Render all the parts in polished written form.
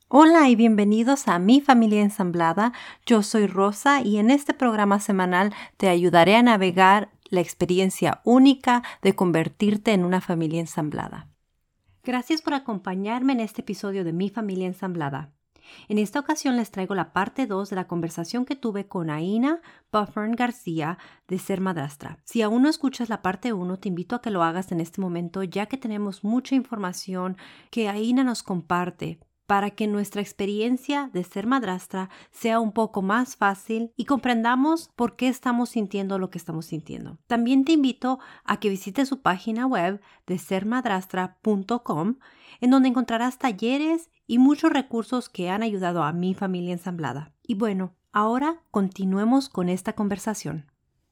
Hola y bienvenidos a Mi Familia Ensamblada. Yo soy Rosa y en este programa semanal te ayudaré a navegar la experiencia única de convertirte en una familia ensamblada. Gracias por acompañarme en este episodio de Mi Familia Ensamblada. En esta ocasión les traigo la parte 2 de la conversación que tuve con Aina Buffern García de Ser Madrastra. Si aún no escuchas la parte 1, te invito a que lo hagas en este momento, ya que tenemos mucha información que Aina nos comparte para que nuestra experiencia de ser madrastra sea un poco más fácil y comprendamos por qué estamos sintiendo lo que estamos sintiendo. También te invito a que visites su página web de sermadrastra.com, en donde encontrarás talleres y muchos recursos que han ayudado a mi familia ensamblada. Y bueno, ahora continuemos con esta conversación.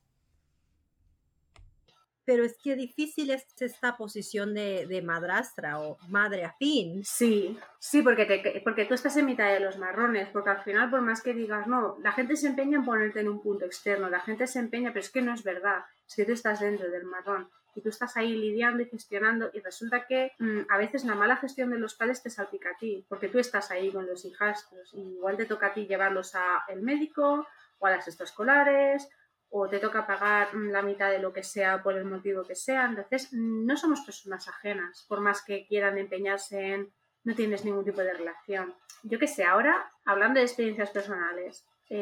Pero es que difícil es esta posición de madrastra o madre afín. Sí, porque tú estás en mitad de los marrones, porque al final, por más que digas, no, la gente se empeña en ponerte en un punto externo, la gente se empeña, pero es que no es verdad, es que tú estás dentro del marrón y tú estás ahí lidiando y gestionando y resulta que a veces la mala gestión de los padres te salpica a ti, porque tú estás ahí con los hijastros y igual te toca a ti llevarlos al médico o a las extraescolares o te toca pagar la mitad de lo que sea por el motivo que sea. Entonces, no somos personas ajenas, por más que quieran empeñarse en no tienes ningún tipo de relación. Yo qué sé, ahora, hablando de experiencias personales,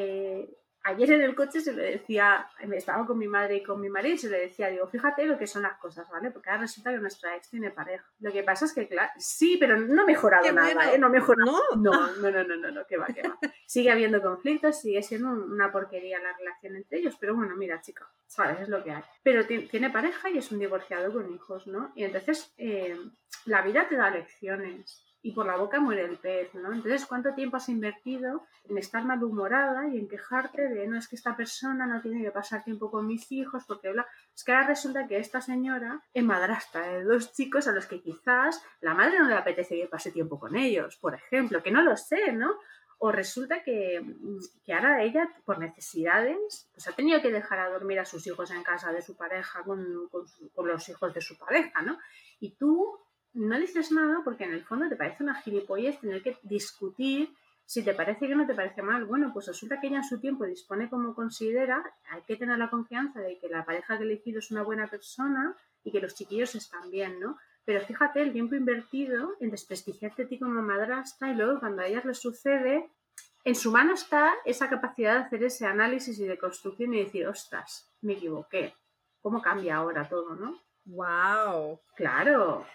ayer en el coche se le decía, estaba con mi madre y con mi marido y se le decía, digo, fíjate lo que son las cosas, ¿vale? Porque ahora resulta que nuestra ex tiene pareja. Lo que pasa es que, claro, sí, pero no ha mejorado nada, Bueno. ¿eh? No ha mejorado. No. No, que va. Sigue habiendo conflictos, sigue siendo una porquería la relación entre ellos, pero bueno, mira, chica, sabes, es lo que hay. Pero tiene pareja y es un divorciado con hijos, ¿no? Y entonces la vida te da lecciones y por la boca muere el pez, ¿no? Entonces, ¿cuánto tiempo has invertido en estar malhumorada y en quejarte de, no, es que esta persona no tiene que pasar tiempo con mis hijos porque bla? Es que ahora resulta que esta señora es madrastra de dos chicos a los que quizás la madre no le apetece que pase tiempo con ellos, por ejemplo, que no lo sé, ¿no? O resulta que ahora ella, por necesidades, pues ha tenido que dejar a dormir a sus hijos en casa de su pareja con los hijos de su pareja, ¿no? Y tú no dices nada porque en el fondo te parece una gilipollez tener que discutir si te parece que no te parece mal. Bueno, pues resulta que ella en su tiempo dispone como considera, hay que tener la confianza de que la pareja que ha elegido es una buena persona y que los chiquillos están bien, ¿no? Pero fíjate el tiempo invertido en desprestigiarte a ti como madrastra y luego cuando a ellas les sucede, en su mano está esa capacidad de hacer ese análisis y de construcción y decir, ostras, me equivoqué. ¿Cómo cambia ahora todo, no? Wow. Claro.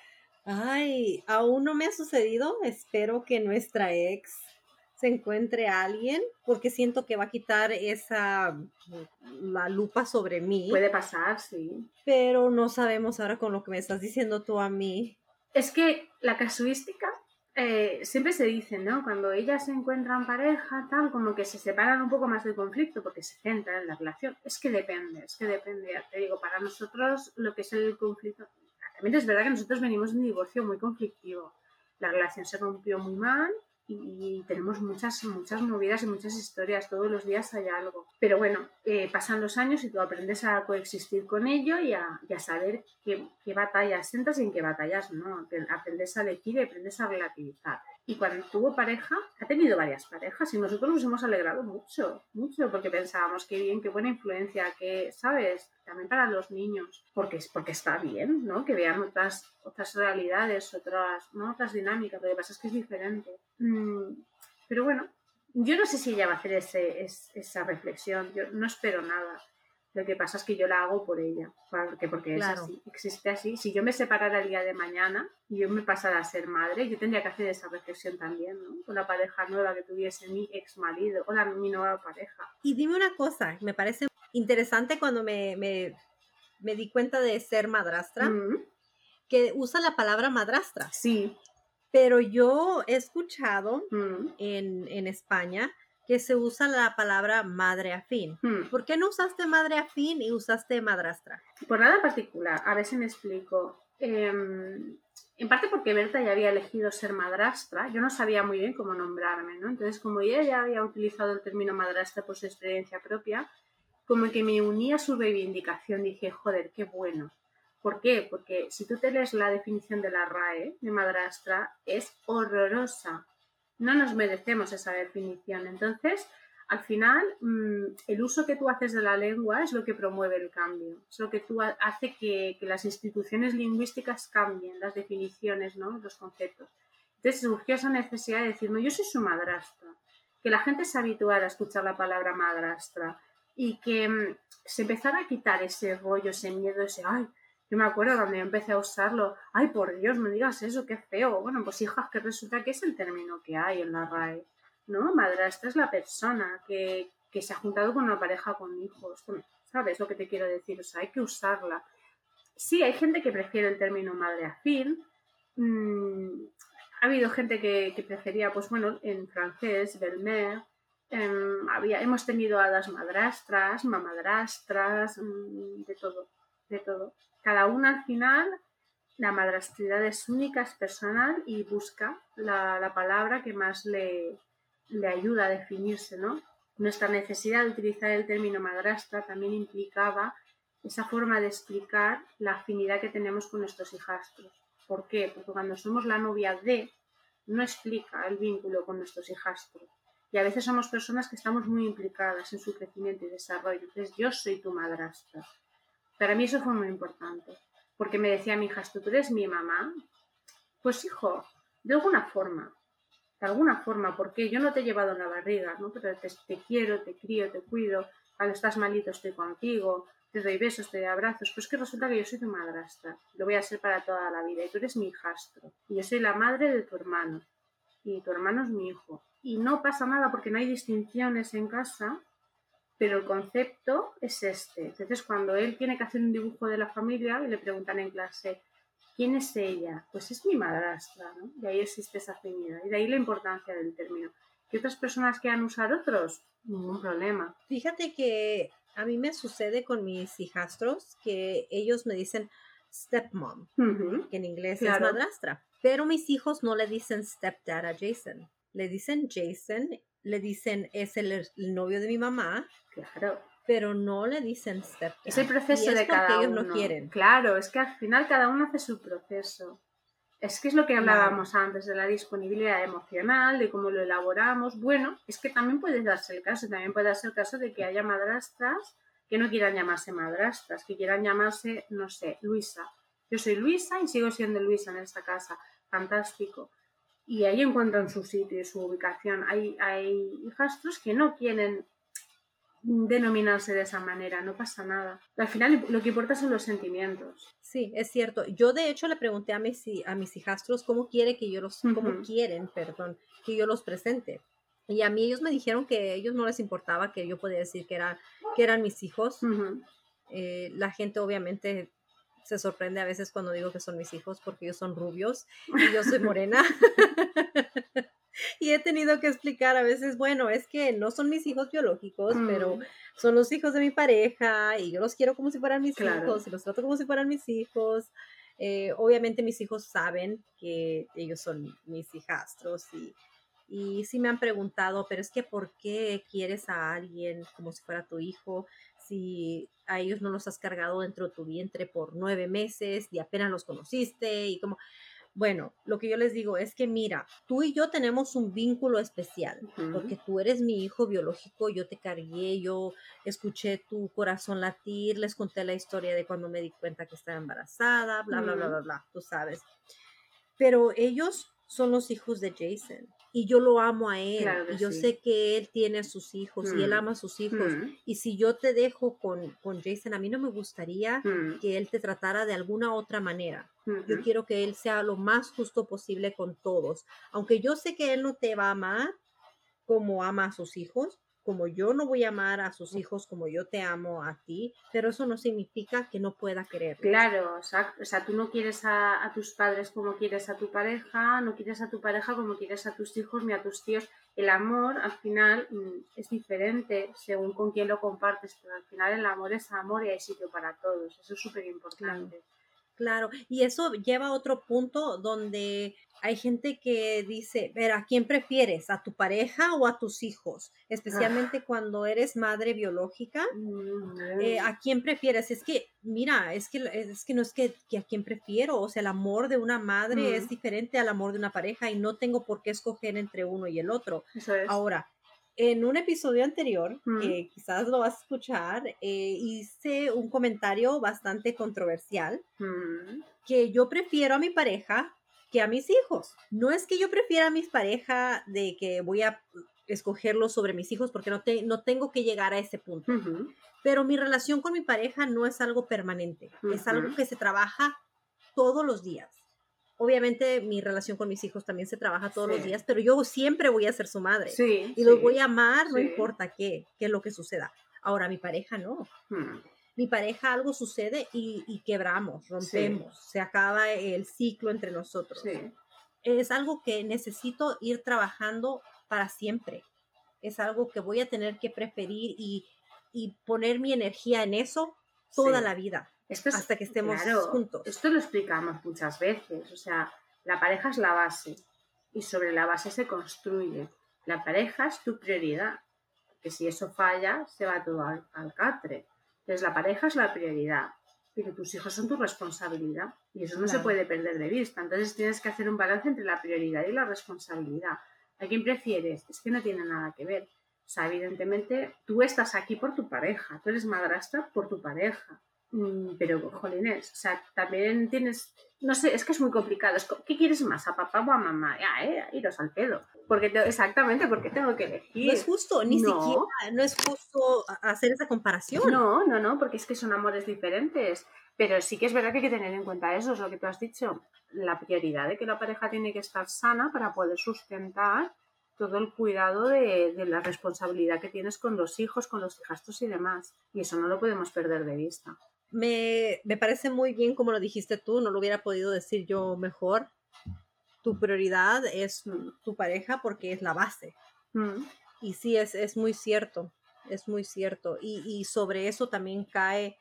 Ay, aún no me ha sucedido. Espero que nuestra ex se encuentre a alguien, porque siento que va a quitar la lupa sobre mí. Puede pasar, sí. Pero no sabemos ahora con lo que me estás diciendo tú a mí. Es que la casuística siempre se dice, ¿no? Cuando ellas se encuentran pareja, tal, como que se separan un poco más del conflicto porque se centran en la relación. Es que depende, ya te digo, para nosotros lo que es el conflicto, también es verdad que nosotros venimos de un divorcio muy conflictivo. La relación se rompió muy mal y tenemos muchas movidas y muchas historias, todos los días hay algo. Pero bueno, pasan los años y tú aprendes a coexistir con ello y a saber qué batallas entras y en qué batallas no. Aprendes a elegir y aprendes a relativizar. Y cuando tuvo pareja, ha tenido varias parejas y nosotros nos hemos alegrado mucho, porque pensábamos qué bien, qué buena influencia, que, ¿sabes? También para los niños, porque está bien, ¿no? Que vean otras realidades, otras dinámicas. Lo que pasa es que es diferente. Pero bueno, yo no sé si ella va a hacer esa reflexión. Yo no espero nada. Lo que pasa es que yo la hago por ella, porque Claro. es así, existe así. Si yo me separara el día de mañana y yo me pasara a ser madre, yo tendría que hacer esa reflexión también, ¿no? Con la pareja nueva que tuviese mi ex marido o mi nueva pareja. Y dime una cosa, me parece interesante cuando me di cuenta de ser madrastra, que usa la palabra madrastra. Sí. Pero yo he escuchado en España que se usa la palabra madre afín. ¿Por qué no usaste madre afín y usaste madrastra? Por nada particular, a ver si me explico. En parte porque Berta ya había elegido ser madrastra, yo no sabía muy bien cómo nombrarme, ¿no? Entonces, como ella ya había utilizado el término madrastra por su experiencia propia, como que me unía a su reivindicación, dije, joder, qué bueno. ¿Por qué? Porque si tú te lees la definición de la RAE de madrastra, es horrorosa. no nos merecemos esa definición. Entonces, al final, el uso que tú haces de la lengua es lo que promueve el cambio, es lo que hace que las instituciones lingüísticas cambien, las definiciones, ¿no? Los conceptos. Entonces surgió esa necesidad de decir, no, yo soy su madrastra, que la gente se habituara a escuchar la palabra madrastra y que se empezara a quitar ese rollo, ese miedo, ese, ay, yo me acuerdo cuando yo empecé a usarlo, ay, por Dios, no digas eso, qué feo. Bueno, pues hijas, que resulta que es el término que hay en la RAE, ¿no? Madrastra es la persona que se ha juntado con una pareja con hijos, ¿sabes lo que te quiero decir? O sea, hay que usarla. Sí, hay gente que prefiere el término madre afín. Ha habido gente que prefería, pues bueno, en francés, belle-mère. Hemos tenido hadas madrastras, mamadrastras, de todo, de todo. Cada una al final, la madrastridad es única, es personal y busca la palabra que más le ayuda a definirse, ¿no? Nuestra necesidad de utilizar el término madrastra también implicaba esa forma de explicar la afinidad que tenemos con nuestros hijastros. ¿Por qué? Porque cuando somos la novia de, no explica el vínculo con nuestros hijastros. Y a veces somos personas que estamos muy implicadas en su crecimiento y desarrollo. Entonces, yo soy tu madrastra. Para mí eso fue muy importante. Porque me decía mi hijastro, ¿tú eres mi mamá? Pues hijo, de alguna forma, porque yo no te he llevado en la barriga, ¿no? Pero te quiero, te crío, te cuido, cuando estás malito estoy contigo, te doy besos, te doy abrazos, pues que resulta que yo soy tu madrastra, lo voy a ser para toda la vida, y tú eres mi hijastro, y yo soy la madre de tu hermano, y tu hermano es mi hijo, y no pasa nada porque no hay distinciones en casa, pero el concepto es este. Entonces, cuando él tiene que hacer un dibujo de la familia y le preguntan en clase, ¿quién es ella? Pues es mi madrastra, ¿no? Y ahí existe esa afinidad. Y de ahí la importancia del término. ¿Qué otras personas quieran usar otros? Ningún problema. Fíjate que a mí me sucede con mis hijastros que ellos me dicen stepmom, que en inglés es madrastra. Pero mis hijos no le dicen stepdad a Jason. Le dicen Jason, le dicen es el novio de mi mamá. Claro. Pero no le dicen stepdad. Es el proceso de cada uno. Ellos no quieren. Claro, es que al final cada uno hace su proceso. Es que es lo que hablábamos antes de la disponibilidad emocional, de cómo lo elaboramos. Bueno, es que también puede darse el caso, también puede darse el caso de que haya madrastras que no quieran llamarse madrastras, que quieran llamarse, no sé, Luisa. Yo soy Luisa y sigo siendo Luisa en esta casa. Fantástico. Y ahí encuentran su sitio y su ubicación. Hay hijastros que no quieren denominarse de esa manera, no pasa nada. Al final lo que importa son los sentimientos. Sí, es cierto. Yo de hecho le pregunté a mis hijastros cómo quieren que yo los presente. Y a mí ellos me dijeron que a ellos no les importaba, que yo podía decir que eran mis hijos. La gente obviamente se sorprende a veces cuando digo que son mis hijos porque ellos son rubios y yo soy morena. Y he tenido que explicar a veces, bueno, es que no son mis hijos biológicos, pero son los hijos de mi pareja y yo los quiero como si fueran mis hijos y los trato como si fueran mis hijos. Obviamente mis hijos saben que ellos son mis hijastros y sí me han preguntado, pero es que ¿por qué quieres a alguien como si fuera tu hijo si a ellos no los has cargado dentro de tu vientre por 9 meses y apenas los conociste y como... Bueno, lo que yo les digo es que mira, tú y yo tenemos un vínculo especial, porque tú eres mi hijo biológico, yo te cargué, yo escuché tu corazón latir, les conté la historia de cuando me di cuenta que estaba embarazada, bla, bla, bla, bla, bla, tú sabes. Pero ellos son los hijos de Jason y yo lo amo a él y yo sé que él tiene a sus hijos y él ama a sus hijos y si yo te dejo con Jason, a mí no me gustaría que él te tratara de alguna otra manera. Yo quiero que él sea lo más justo posible con todos, aunque yo sé que él no te va a amar como ama a sus hijos, como yo no voy a amar a sus hijos como yo te amo a ti, pero eso no significa que no pueda quererlos. Claro, o sea, tú no quieres a tus padres como quieres a tu pareja, no quieres a tu pareja como quieres a tus hijos ni a tus tíos. El amor al final es diferente según con quién lo compartes, pero al final el amor es amor y hay sitio para todos, eso es súper importante. Claro. Claro, y eso lleva a otro punto donde hay gente que dice, ver, ¿a quién prefieres? ¿A tu pareja o a tus hijos? Especialmente cuando eres madre biológica. ¿A quién prefieres? Es que, mira, es que no es que a quién prefiero, o sea, el amor de una madre es diferente al amor de una pareja y no tengo por qué escoger entre uno y el otro. Eso es. Ahora, en un episodio anterior, que quizás lo vas a escuchar, hice un comentario bastante controversial, que yo prefiero a mi pareja que a mis hijos. No es que yo prefiera a mis parejas de que voy a escogerlos sobre mis hijos porque no tengo que llegar a ese punto. Pero mi relación con mi pareja no es algo permanente, es algo que se trabaja todos los días. Obviamente mi relación con mis hijos también se trabaja todos los días, pero yo siempre voy a ser su madre. Y los voy a amar, no importa qué es lo que suceda. Ahora, mi pareja no. Mi pareja algo sucede y quebramos, rompemos, se acaba el ciclo entre nosotros. Es algo que necesito ir trabajando para siempre. Es algo que voy a tener que preferir y poner mi energía en eso toda la vida, hasta que estemos juntos. Esto lo explicamos muchas veces, o sea, la pareja es la base y sobre la base se construye. La pareja es tu prioridad, que si eso falla, se va todo al catre. Entonces la pareja es la prioridad, pero tus hijos son tu responsabilidad y eso no se puede perder de vista. Entonces tienes que hacer un balance entre la prioridad y la responsabilidad. ¿A quién prefieres? Es que no tiene nada que ver. O sea, evidentemente, tú estás aquí por tu pareja, tú eres madrastra por tu pareja. Pero, jolines, o sea, también tienes... No sé, es que es muy complicado. ¿Qué quieres más, a papá o a mamá? Iros al pedo. Exactamente, porque tengo que elegir. No es justo, ni siquiera, no es justo hacer esa comparación. No, porque es que son amores diferentes. Pero sí que es verdad que hay que tener en cuenta eso, es lo que tú has dicho. La prioridad de que la pareja tiene que estar sana para poder sustentar todo el cuidado de la responsabilidad que tienes con los hijos, con los hijastros y demás. Y eso no lo podemos perder de vista. Me parece muy bien como lo dijiste tú, no lo hubiera podido decir yo mejor. Tu prioridad es tu pareja porque es la base. Y sí, es muy cierto, es muy cierto. Y sobre eso también cae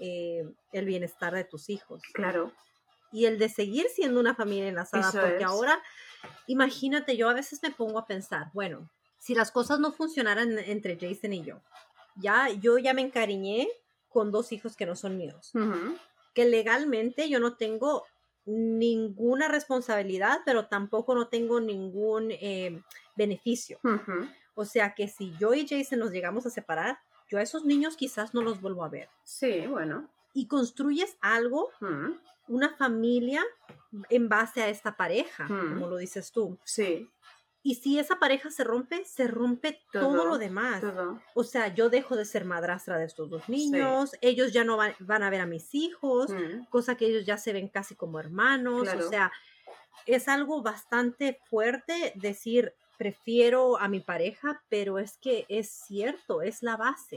el bienestar de tus hijos. Claro. Y el de seguir siendo una familia enlazada, eso porque es. ahora, imagínate, yo a veces me pongo a pensar, bueno, si las cosas no funcionaran entre Jason y yo ya me encariñé con 2 hijos que no son míos, que legalmente yo no tengo ninguna responsabilidad, pero tampoco no tengo ningún beneficio. O sea que si yo y Jason nos llegamos a separar, yo a esos niños quizás no los vuelvo a ver. Sí, bueno. Y construyes algo, una familia en base a esta pareja, como lo dices tú. Sí. Y si esa pareja se rompe todo lo demás. Todo. O sea, yo dejo de ser madrastra de estos 2 niños, ellos ya no van a ver a mis hijos, cosa que ellos ya se ven casi como hermanos. Claro. O sea, es algo bastante fuerte decir, prefiero a mi pareja, pero es que es cierto, es la base.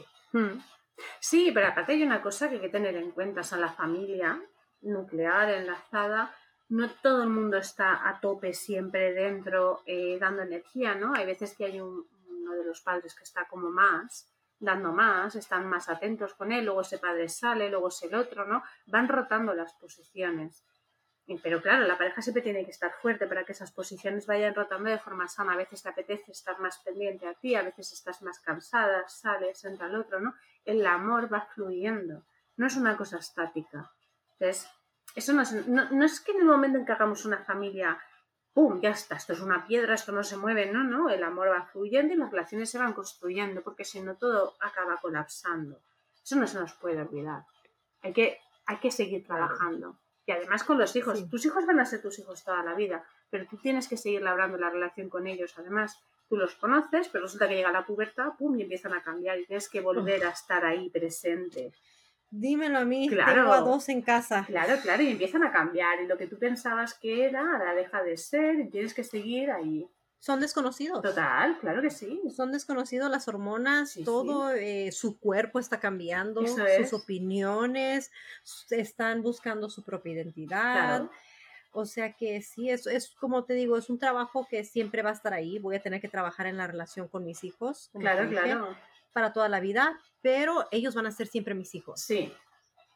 Sí, pero aparte hay una cosa que hay que tener en cuenta, o sea, la familia nuclear, enlazada, no todo el mundo está a tope siempre dentro dando energía, ¿no? Hay veces que hay uno de los padres que está como más, dando más, están más atentos con él, luego ese padre sale, luego es el otro, ¿no? Van rotando las posiciones. Pero claro, la pareja siempre tiene que estar fuerte para que esas posiciones vayan rotando de forma sana. A veces te apetece estar más pendiente a ti, a veces estás más cansada, sales, entra el otro, ¿no? El amor va fluyendo, no es una cosa estática. Entonces, eso no es que en el momento en que hagamos una familia, ¡pum!, ya está, esto es una piedra, esto no se mueve, no, el amor va fluyendo y las relaciones se van construyendo, porque si no todo acaba colapsando. Eso no se nos puede olvidar. Hay que seguir trabajando. Y además con los hijos. Sí. Tus hijos van a ser tus hijos toda la vida, pero tú tienes que seguir labrando la relación con ellos. Además, tú los conoces, pero resulta que llega la pubertad, ¡pum!, y empiezan a cambiar y tienes que volver a estar ahí presente. Dímelo a mí, tengo a 2 en casa. Claro, y empiezan a cambiar. Y lo que tú pensabas que era, ahora deja de ser y tienes que seguir ahí. Son desconocidos. Total, claro que sí. Son desconocidos, las hormonas, sí, todo, sí. Su cuerpo está cambiando, sus opiniones, están buscando su propia identidad. Claro. O sea que sí, es como te digo, es un trabajo que siempre va a estar ahí. Voy a tener que trabajar en la relación con mis hijos. Claro. Para toda la vida, pero ellos van a ser siempre mis hijos. Sí.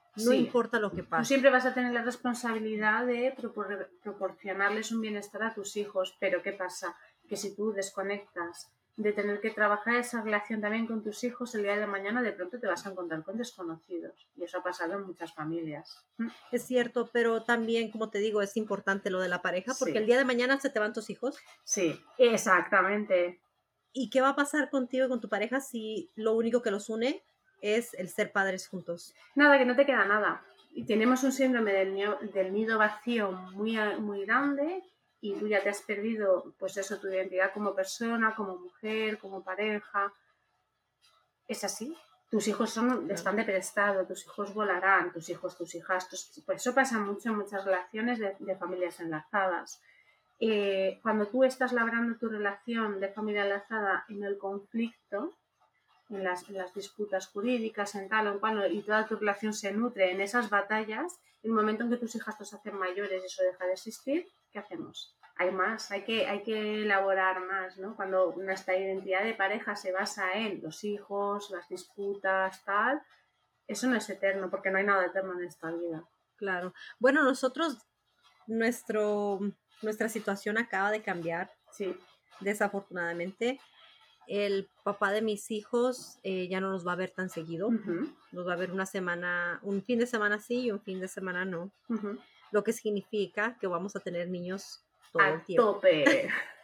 No Sí. importa lo que Tú pase. siempre vas a tener la responsabilidad de proporcionarles un bienestar a tus hijos, pero ¿qué pasa? Que si tú desconectas de tener que trabajar esa relación también con tus hijos, el día de mañana de pronto te vas a encontrar con desconocidos. Y eso ha pasado en muchas familias. Es cierto, pero también, como te digo, es importante lo de la pareja, porque Sí. el día de mañana se te van tus hijos. Sí, exactamente. ¿Y qué va a pasar contigo y con tu pareja si lo único que los une es el ser padres juntos? Nada, que no te queda nada. Y tenemos un síndrome del nido vacío muy, muy grande y tú ya te has perdido, pues eso, tu identidad como persona, como mujer, como pareja. Es así. Tus hijos están de prestado, tus hijos volarán, tus hijos, tus hijas. Por eso pasa mucho en muchas relaciones de familias enlazadas. Cuando tú estás labrando tu relación de familia enlazada en el conflicto, en las disputas jurídicas, en tal o en cual, y toda tu relación se nutre en esas batallas, el momento en que tus hijas se hacen mayores y eso deja de existir, ¿qué hacemos? Hay más, hay que elaborar más, ¿no? Cuando nuestra identidad de pareja se basa en los hijos, las disputas, tal, eso no es eterno, porque no hay nada eterno en esta vida. Claro. Bueno, nosotros, nuestra situación acaba de cambiar, Sí. desafortunadamente. El papá de mis hijos ya no nos va a ver tan seguido. Uh-huh. Nos va a ver un fin de semana sí y un fin de semana no. Uh-huh. Lo que significa que vamos a tener niños todo a el tiempo. Tope.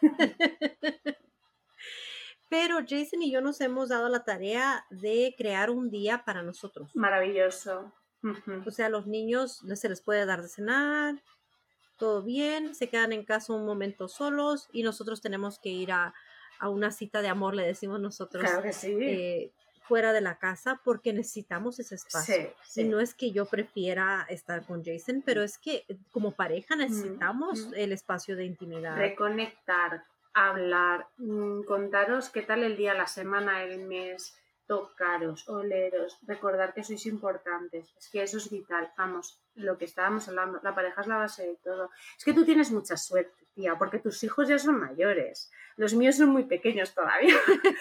Pero Jason y yo nos hemos dado la tarea de crear un día para nosotros. Maravilloso. Uh-huh. O sea, a los niños se les puede dar de cenar, todo bien, se quedan en casa un momento solos y nosotros tenemos que ir a una cita de amor, le decimos nosotros, claro que sí. Fuera de la casa porque necesitamos ese espacio. Sí, sí. Y no es que yo prefiera estar con Jason, pero es que como pareja necesitamos el espacio de intimidad. Reconectar, hablar, contaros qué tal el día, la semana, el mes, tocaros, oleros, recordar que sois importantes. Es que eso es vital. Vamos, lo que estábamos hablando, la pareja es la base de todo. Es que tú tienes mucha suerte, tía, porque tus hijos ya son mayores. Los míos son muy pequeños todavía.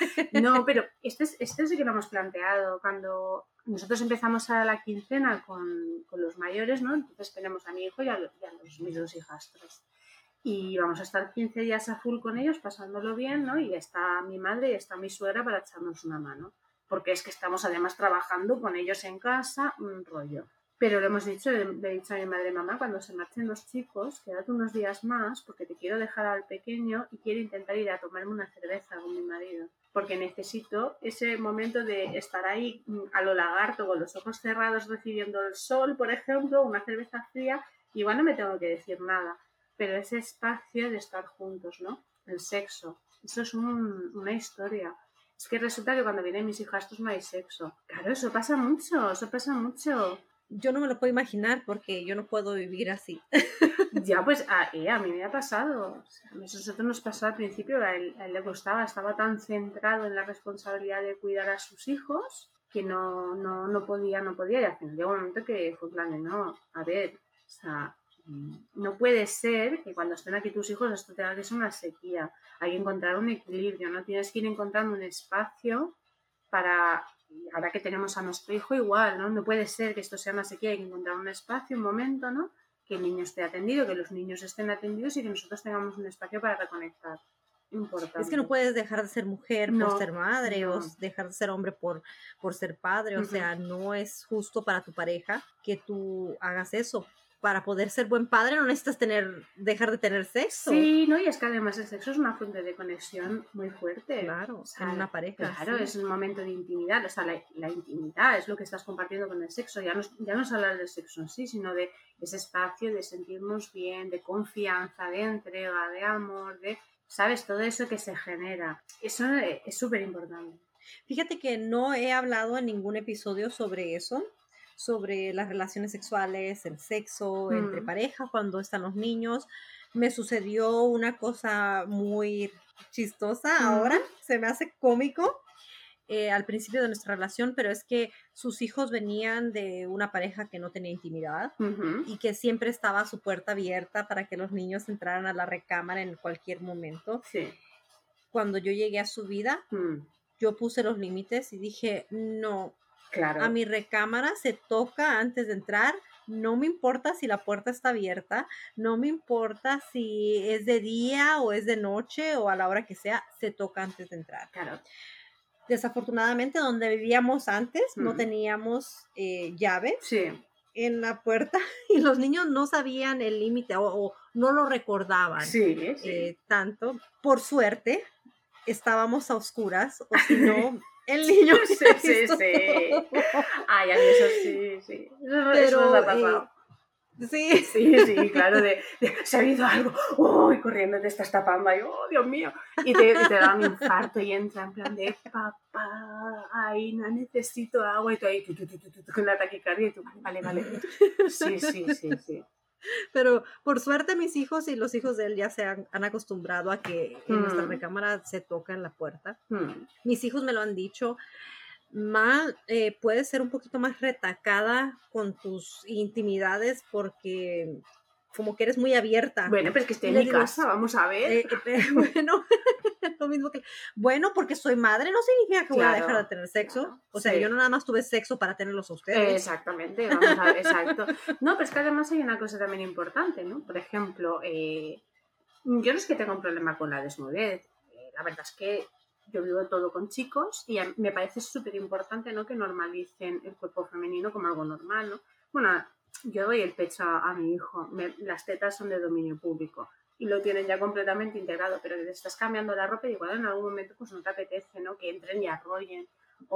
No, pero este sí que lo hemos planteado. Cuando nosotros empezamos a la quincena con los mayores, ¿no? Entonces tenemos a mi hijo y a mis dos hijastros. Y vamos a estar 15 días a full con ellos, pasándolo bien, ¿no? Y está mi madre y está mi suegra para echarnos una mano. Porque es que estamos además trabajando con ellos en casa, un rollo. Pero lo hemos dicho, le he dicho a mi madre, mamá, cuando se marchen los chicos, quédate unos días más porque te quiero dejar al pequeño y quiero intentar ir a tomarme una cerveza con mi marido. Porque necesito ese momento de estar ahí a lo lagarto, con los ojos cerrados, recibiendo el sol, por ejemplo, una cerveza fría, y igual no me tengo que decir nada. Pero ese espacio de estar juntos, ¿no? El sexo, eso es una historia. Es que resulta que cuando vienen mis hijastros no hay sexo. Claro, eso pasa mucho, eso pasa mucho. Yo no me lo puedo imaginar porque yo no puedo vivir así. Ya, pues a mí me ha pasado. O sea, a nosotros nos pasó al principio, a él le costaba, estaba tan centrado en la responsabilidad de cuidar a sus hijos que no podía. Y al final llegó un momento que fue en plan de, no, a ver, o sea, no puede ser que cuando estén aquí tus hijos esto tenga que ser una sequía. Hay que encontrar un equilibrio, ¿no? Tienes que ir encontrando un espacio para, ahora que tenemos a nuestro hijo igual, ¿no? No puede ser que esto sea una sequía, hay que encontrar un espacio, un momento, ¿no? Que el niño esté atendido, que los niños estén atendidos y que nosotros tengamos un espacio para reconectar. Importante. Es que no puedes dejar de ser mujer por ser madre no. o dejar de ser hombre por ser padre. O sea, no es justo para tu pareja que tú hagas eso. Para poder ser buen padre no necesitas dejar de tener sexo. Sí, no, y es que además el sexo es una fuente de conexión muy fuerte. Claro, o sea, en una pareja. Claro, sí. Es un momento de intimidad, o sea, la intimidad es lo que estás compartiendo con el sexo. Ya no es hablar del sexo en sí, sino de ese espacio de sentirnos bien, de confianza, de entrega, de amor, de, ¿sabes? Todo eso que se genera. Eso es súper importante. Fíjate que no he hablado en ningún episodio sobre eso, sobre las relaciones sexuales, el sexo entre pareja, cuando están los niños. Me sucedió una cosa muy chistosa ahora, se me hace cómico al principio de nuestra relación, pero es que sus hijos venían de una pareja que no tenía intimidad y que siempre estaba su puerta abierta para que los niños entraran a la recámara en cualquier momento. Sí. Cuando yo llegué a su vida, yo puse los límites y dije, no, Claro. A mi recámara se toca antes de entrar. No me importa si la puerta está abierta, no me importa si es de día o es de noche o a la hora que sea, se toca antes de entrar. Claro. Desafortunadamente, donde vivíamos antes, no teníamos llave Sí. en la puerta y los niños no sabían el límite o no lo recordaban tanto. Por suerte, estábamos a oscuras, o si no, el niño sí. Ay, a mí eso sí. Eso nos ha pasado. Sí, claro, se ha habido algo, uy, corriendo te estás tapando, y oh, Dios mío, y te da un infarto y entra en plan de papá, ay, no necesito agua, y tú ahí, con la taquicardia, y tú, vale, sí. Pero por suerte mis hijos y los hijos de él ya se han acostumbrado a que en nuestra recámara se toca en la puerta. Mis hijos me lo han dicho. Puedes ser un poquito más retacada con tus intimidades porque como que eres muy abierta. Bueno, pero es que estoy en mi casa, vamos a ver. Bueno, lo mismo que... Bueno, porque soy madre no significa que voy a dejar de tener sexo. Claro, o sea, yo no nada más tuve sexo para tenerlos a ustedes. Exactamente, vamos a ver, exacto. No, pero es que además hay una cosa también importante, ¿no? Por ejemplo, yo no es que tenga un problema con la desnudez. La verdad es que yo vivo todo con chicos y me parece súper importante, ¿no? Que normalicen el cuerpo femenino como algo normal, ¿no? Bueno, yo doy el pecho a mi hijo, las tetas son de dominio público y lo tienen ya completamente integrado, pero te estás cambiando la ropa y igual en algún momento pues no te apetece, ¿no? Que entren y arrollen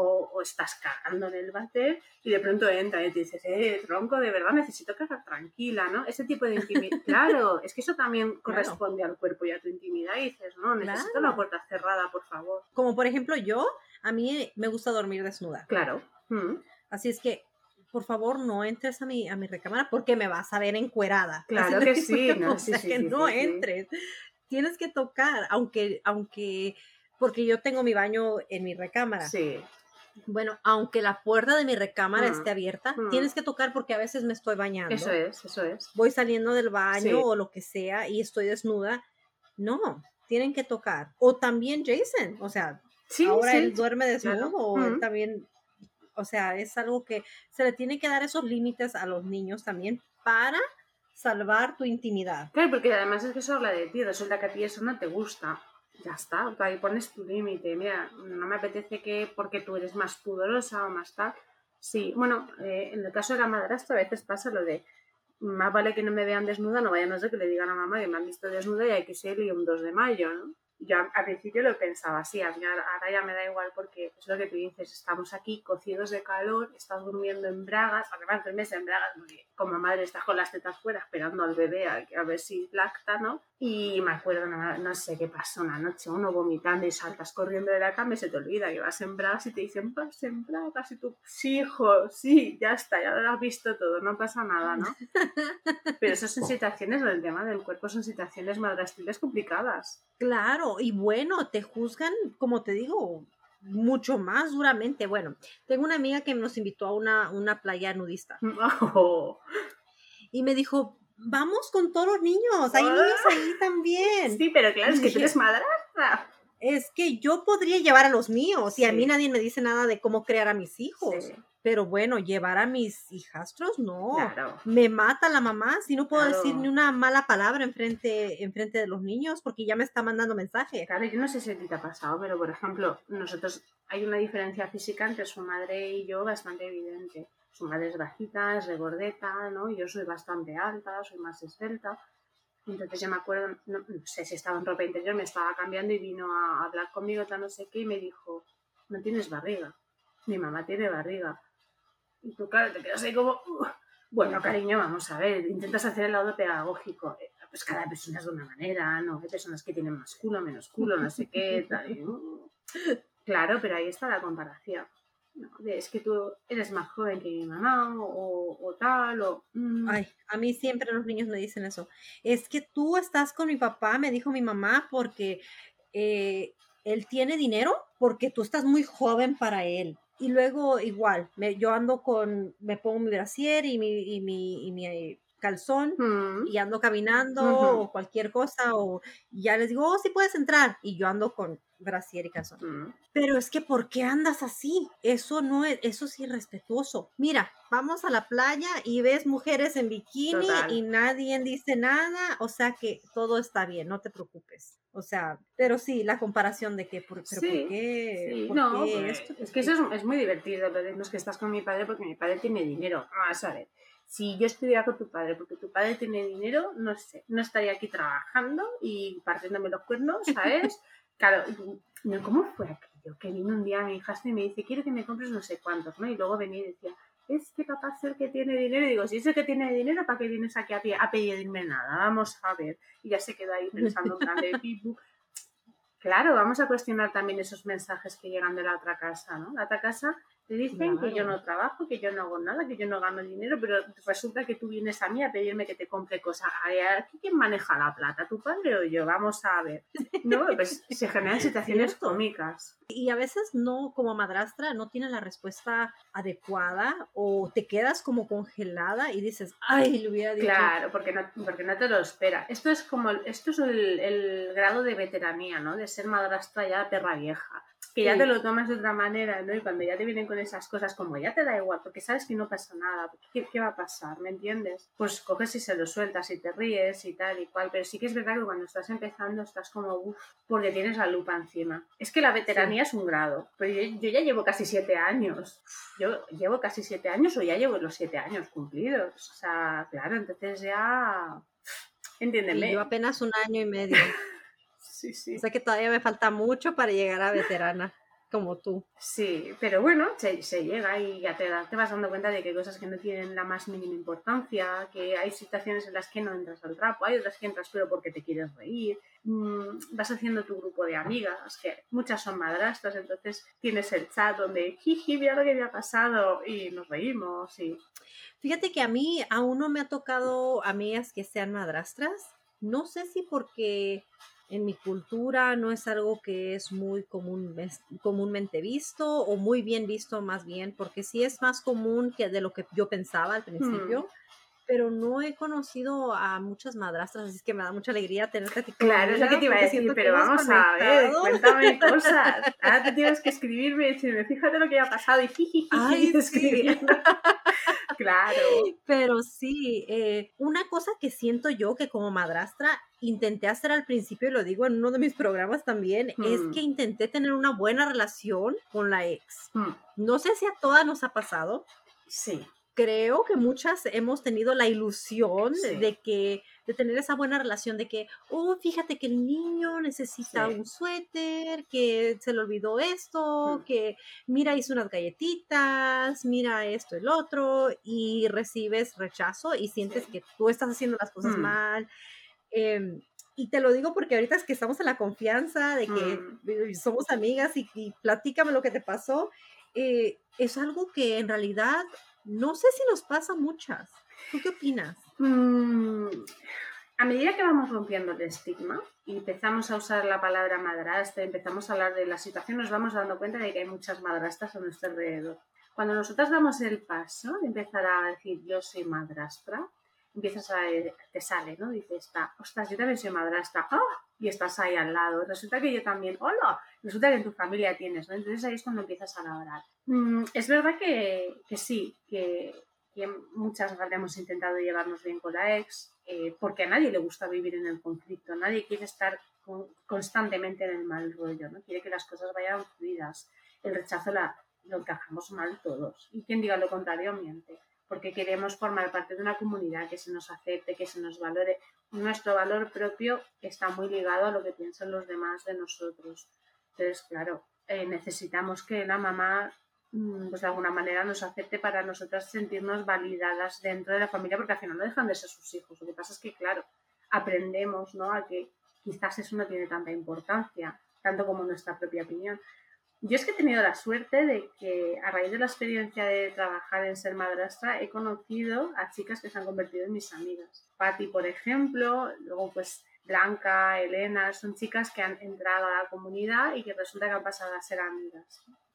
o estás cagando en el váter y de pronto entra y te dices, tronco, de verdad necesito cagar tranquila, ¿no? Ese tipo de intimidad, claro, es que eso también corresponde al cuerpo y a tu intimidad y dices, no, necesito la puerta cerrada, por favor. Como por ejemplo a mí me gusta dormir desnuda. Claro. Así es que por favor, no entres a mi recámara porque me vas a ver encuerada. Claro que sí, ¿no? O sea, que no entres. Tienes que tocar, aunque, porque yo tengo mi baño en mi recámara. Sí. Bueno, aunque la puerta de mi recámara esté abierta, tienes que tocar porque a veces me estoy bañando. Eso es. Voy saliendo del baño o lo que sea y estoy desnuda. No, tienen que tocar. O también Jason, o sea, ahora él duerme desnudo o él también... O sea, es algo que se le tiene que dar esos límites a los niños también para salvar tu intimidad. Claro, porque además es que eso habla de ti, resulta que a ti eso no te gusta. Ya está, ahí pones tu límite. Mira, no me apetece que porque tú eres más pudorosa o más tal. Sí, bueno, en el caso de la madrastra a veces pasa lo de más vale que no me vean desnuda, no vayan a ser que le digan a mamá que me han visto desnuda y hay que ser un 2 de mayo, ¿no? Yo al principio lo pensaba así, ahora ya me da igual porque es lo que tú dices, estamos aquí cocidos de calor, estás durmiendo en bragas, además duermes en bragas porque como madre estás con las tetas fuera esperando al bebé a ver si lacta, ¿no? Y me acuerdo, no sé qué pasó una noche, uno vomitando y saltas corriendo de la cama y se te olvida que vas en bragas y te dicen, vas en bragas y tú, sí, hijo, sí, ya está, ya lo has visto todo, no pasa nada, ¿no? Pero esas son situaciones, el tema del cuerpo son situaciones madrastriles complicadas. Claro, y bueno, te juzgan, como te digo, mucho más duramente. Bueno, tengo una amiga que nos invitó a una playa nudista. Oh. Y me dijo, vamos con todos los niños, hay niños ahí también. Sí, pero claro, es que tú eres madrastra. Es que yo podría llevar a los míos y a mí nadie me dice nada de cómo crear a mis hijos. Sí. Pero bueno, llevar a mis hijastros, no. Claro. Me mata la mamá si no puedo decir ni una mala palabra enfrente de los niños porque ya me está mandando mensaje. Claro, yo no sé si a ti te ha pasado, pero por ejemplo, nosotros hay una diferencia física entre su madre y yo bastante evidente. Su madre es bajita, es regordeta, ¿no? Yo soy bastante alta, soy más esbelta. Entonces yo me acuerdo, no sé si estaba en ropa interior, me estaba cambiando y vino a hablar conmigo, tal no sé qué, y me dijo, no tienes barriga. Mi mamá tiene barriga. Y tú, claro, te quedas ahí como, bueno, cariño, vamos a ver, intentas hacer el lado pedagógico. Pues cada persona es de una manera, ¿no? Hay personas que tienen más culo, menos culo, no sé qué, tal. Claro, pero ahí está la comparación. No, es que tú eres más joven que mi mamá o tal, o... Ay, a mí siempre los niños me dicen eso. Es que tú estás con mi papá, me dijo mi mamá, porque él tiene dinero, porque tú estás muy joven para él. Y luego igual, yo ando me pongo mi brasier y mi calzón y ando caminando o cualquier cosa o ya les digo, sí puedes entrar y yo ando con brasier y calzón. Pero es que ¿por qué andas así? Eso no es, eso es irrespetuoso. Mira, vamos a la playa y ves mujeres en bikini y nadie dice nada, o sea que todo está bien, no te preocupes. O sea, pero sí, la comparación de que, pero ¿por qué? Sí, ¿Por no, qué pues, esto? es que eso es muy divertido, lo de no es que estás con mi padre porque mi padre tiene dinero. Vamos a ver, si yo estuviera con tu padre porque tu padre tiene dinero, no sé, no estaría aquí trabajando y partiéndome los cuernos, ¿sabes? Claro, no, ¿cómo fue aquello? Que vino un día mi hijastra y me dice, quiero que me compres no sé cuántos, ¿no? Y luego venía y decía, es que papá es el que tiene dinero. Y digo, si es el que tiene dinero, ¿para qué vienes aquí a pedirme nada? Vamos a ver. Y ya se quedó ahí pensando en plan de pipu. Claro, vamos a cuestionar también esos mensajes que llegan de la otra casa, ¿no? La otra casa te dicen que yo no trabajo, que yo no hago nada, que yo no gano dinero, pero resulta que tú vienes a mí a pedirme que te compre cosas. ¿Aquí quién maneja la plata? ¿Tu padre o yo? Vamos a ver. No, pues se generan situaciones cómicas. Y a veces no, como madrastra, no tienes la respuesta adecuada o te quedas como congelada y dices, ay, le hubiera dicho. Claro, porque no te lo espera. Esto es el grado de veteranía, ¿no? De ser madrastra ya perra vieja. Que ya te lo tomas de otra manera, ¿no? Y cuando ya te vienen con esas cosas, como ya te da igual, porque sabes que no pasa nada, ¿qué va a pasar? ¿Me entiendes? Pues coges y se lo sueltas y te ríes y tal y cual. Pero sí que es verdad que cuando estás empezando estás como, uff, porque tienes la lupa encima. Es que la veteranía es un grado. Pero yo ya llevo casi 7 años. Yo llevo casi 7 años o ya llevo los 7 años cumplidos. O sea, claro, entonces ya... Entiéndeme. Y yo apenas 1 año y medio. Sí, sí. O sea que todavía me falta mucho para llegar a veterana, como tú. Sí, pero bueno, se llega y ya te vas dando cuenta de que hay cosas que no tienen la más mínima importancia, que hay situaciones en las que no entras al trapo, hay otras que entras pero porque te quieres reír. Vas haciendo tu grupo de amigas, que muchas son madrastras, entonces tienes el chat donde, jiji, mira lo que me ha pasado y nos reímos. Y... Fíjate que a mí aún no me ha tocado amigas que sean madrastras. No sé si porque en mi cultura no es algo que es muy comúnmente visto o muy bien visto más bien, porque sí es más común que de lo que yo pensaba al principio. Pero no he conocido a muchas madrastras, así que me da mucha alegría tenerte aquí como Claro, es lo que te iba a decir, pero vamos a ver, cuéntame cosas. Ahora te tienes que escribirme y decirme, fíjate lo que ha pasado y jijiji, escribiendo. Claro. Pero sí, una cosa que siento yo que como madrastra intenté hacer al principio, y lo digo en uno de mis programas también, es que intenté tener una buena relación con la ex. No sé si a todas nos ha pasado. Sí. Creo que muchas hemos tenido la ilusión de tener esa buena relación de que, oh, fíjate que el niño necesita un suéter, que se le olvidó esto, que mira, hizo unas galletitas, mira esto, el otro, y recibes rechazo y sientes que tú estás haciendo las cosas mal. Y te lo digo porque ahorita es que estamos en la confianza de que somos amigas y platícame lo que te pasó. Es algo que en realidad no sé si nos pasa a muchas. ¿Tú qué opinas? A medida que vamos rompiendo el estigma y empezamos a usar la palabra madrastra, empezamos a hablar de la situación, nos vamos dando cuenta de que hay muchas madrastras a nuestro alrededor. Cuando nosotras damos el paso de empezar a decir yo soy madrastra, empiezas a te sale, ¿no? Dices, ostras, yo también soy madrastra, y estás ahí al lado. Resulta que yo también, hola, resulta que en tu familia tienes, ¿no? Entonces ahí es cuando empiezas a labrar. Es verdad que sí, que muchas veces hemos intentado llevarnos bien con la ex, porque a nadie le gusta vivir en el conflicto, nadie quiere estar constantemente en el mal rollo, ¿no? Quiere que las cosas vayan fluidas. El rechazo lo encajamos mal todos. Y quien diga lo contrario miente, porque queremos formar parte de una comunidad que se nos acepte, que se nos valore. Nuestro valor propio está muy ligado a lo que piensan los demás de nosotros. Entonces, claro, necesitamos que la mamá pues de alguna manera nos acepte para nosotras sentirnos validadas dentro de la familia, porque al final no dejan de ser sus hijos. Lo que pasa es que, claro, aprendemos, ¿no?, a que quizás eso no tiene tanta importancia, tanto como nuestra propia opinión. Yo es que he tenido la suerte de que a raíz de la experiencia de trabajar en ser madrastra he conocido a chicas que se han convertido en mis amigas. Patti, por ejemplo, luego pues Blanca, Elena, son chicas que han entrado a la comunidad y que resulta que han pasado a ser amigas.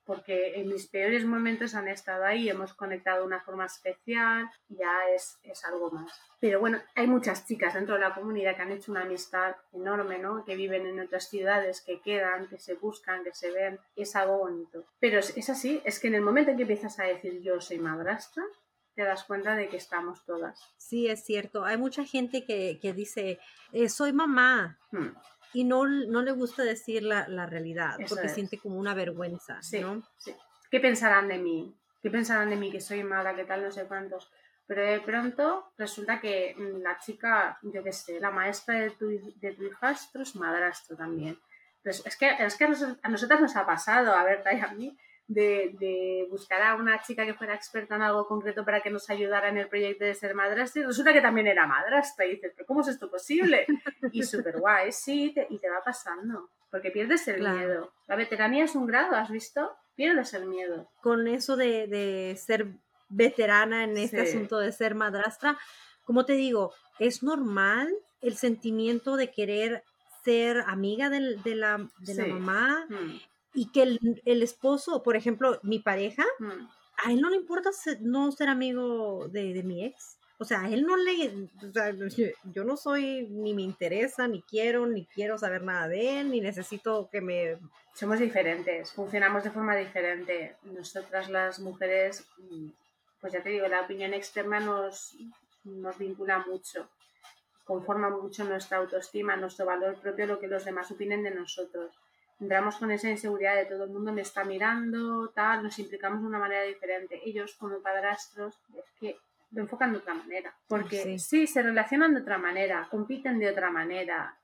porque en mis peores momentos han estado ahí, hemos conectado de una forma especial, ya es algo más. Pero bueno, hay muchas chicas dentro de la comunidad que han hecho una amistad enorme, ¿no? Que viven en otras ciudades, que quedan, que se buscan, que se ven, es algo bonito. Pero es así, es que en el momento en que empiezas a decir yo soy madrastra, te das cuenta de que estamos todas. Sí, es cierto. Hay mucha gente que dice, soy mamá. Y no le gusta decir la realidad, Eso porque es. siente como una vergüenza, Sí, ¿no? sí. ¿Qué pensarán de mí? ¿Qué pensarán de mí? Que soy mala, que tal, no sé cuántos. Pero de pronto resulta que la chica, yo qué sé, la maestra de tu hijastro es madrastro también. Entonces, es que a nosotras nos ha pasado, a ver, y a mí, de buscar a una chica que fuera experta en algo concreto para que nos ayudara en el proyecto de ser madrastra y resulta que también era madrastra y dices, ¿pero cómo es esto posible? Y súper guay, sí, y te va pasando, porque pierdes el miedo. La veteranía es un grado, ¿has visto? Pierdes el miedo. Con eso de ser veterana en este asunto de ser madrastra, como te digo, es normal el sentimiento de querer ser amiga de la mamá y que el esposo, por ejemplo, mi pareja, a él no le importa no ser amigo de mi ex. O sea, a él no le, o sea, yo no soy, ni me interesa, ni quiero saber nada de él, ni necesito que me... Somos diferentes, funcionamos de forma diferente. Nosotras las mujeres, pues ya te digo, la opinión externa nos vincula mucho, conforma mucho nuestra autoestima, nuestro valor propio, lo que los demás opinen de nosotros. Entramos con esa inseguridad de todo el mundo me está mirando, tal, nos implicamos de una manera diferente. Ellos, como padrastros, es que lo enfocan de otra manera. Porque sí, se relacionan de otra manera, compiten de otra manera.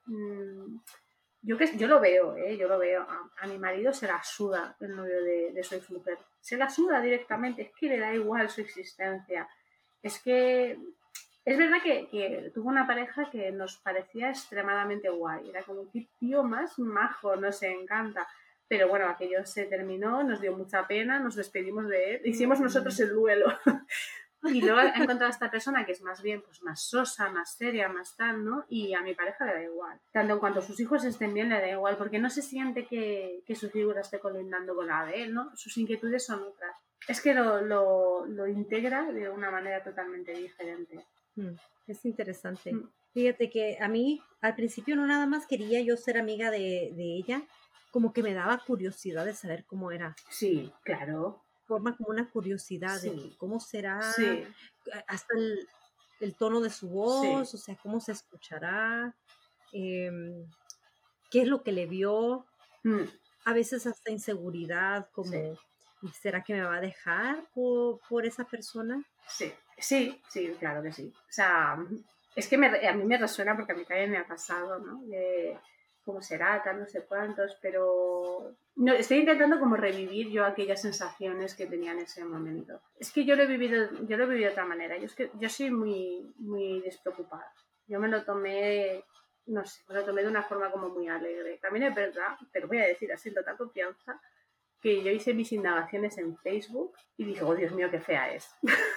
Yo lo veo, yo lo veo. A mi marido se la suda el novio de su exmujer. Se la suda directamente, es que le da igual su existencia. Es que es verdad que tuvo una pareja que nos parecía extremadamente guay. Era como que tío más majo, nos encanta. Pero bueno, aquello se terminó, nos dio mucha pena, nos despedimos de él, hicimos nosotros el duelo. Y luego he encontrado a esta persona que es más bien, pues más sosa, más seria, más tal, ¿no? Y a mi pareja le da igual. Tanto en cuanto sus hijos estén bien, le da igual, porque no se siente que su figura esté colindando con la de él, ¿no? Sus inquietudes son otras. Es que lo integra de una manera totalmente diferente. Es interesante. Fíjate que a mí, al principio no nada más quería yo ser amiga de ella, como que me daba curiosidad de saber cómo era. Sí, claro. Forma como una curiosidad de que cómo será, hasta el tono de su voz, o sea, cómo se escuchará, qué es lo que le vio, a veces hasta inseguridad, como, ¿será que me va a dejar por esa persona? Sí, claro que sí. O sea, es que a mí me resuena porque a mí también me ha pasado, ¿no? De cómo será, tal, no sé cuántos, pero no, estoy intentando como revivir yo aquellas sensaciones que tenía en ese momento. Es que yo lo he vivido de otra manera. Yo soy muy, muy despreocupada. Yo me lo tomé, no sé, me lo tomé de una forma como muy alegre. También es verdad, te lo voy a decir así en total confianza, que yo hice mis indagaciones en Facebook y dije, oh Dios mío, qué fea es.